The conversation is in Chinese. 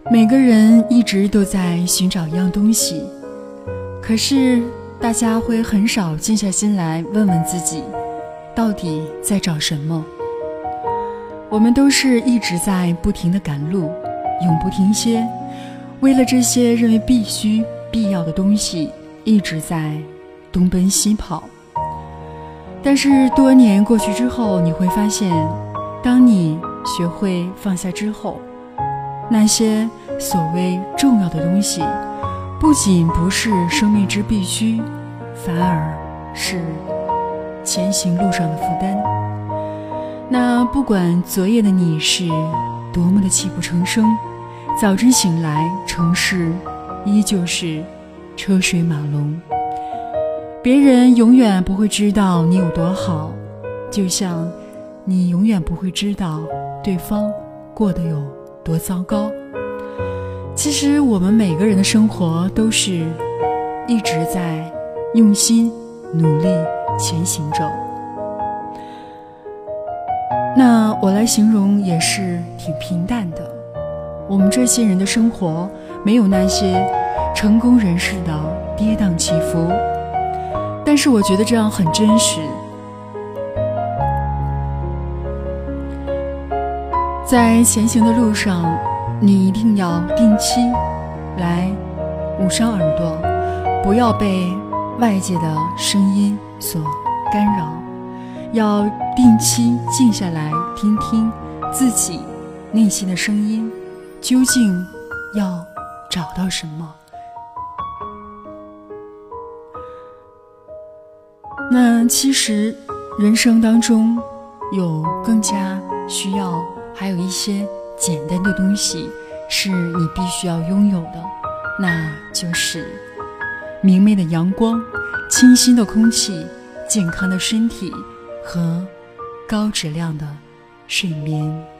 每个人一直都在寻找一样东西，可是大家会很少静下心来问问自己，到底在找什么。我们都是一直在不停地赶路，永不停歇，为了这些认为必须必要的东西，一直在东奔西跑。但是多年过去之后，你会发现，当你学会放下之后，那些所谓重要的东西，不仅不是生命之必须，反而是前行路上的负担。那不管昨夜的你是多么的泣不成声，早晨醒来，城市依旧是车水马龙。别人永远不会知道你有多好，就像你永远不会知道对方过得有多糟糕。其实我们每个人的生活都是一直在用心努力前行着。那我来形容也是挺平淡的，我们这些人的生活没有那些成功人士的跌宕起伏，但是我觉得这样很真实。在前行的路上，你一定要定期来捂上耳朵，不要被外界的声音所干扰，要定期静下来听听自己内心的声音，究竟要找到什么。那其实人生当中有更加需要，还有一些简单的东西是你必须要拥有的，那就是明媚的阳光、清新的空气、健康的身体和高质量的睡眠。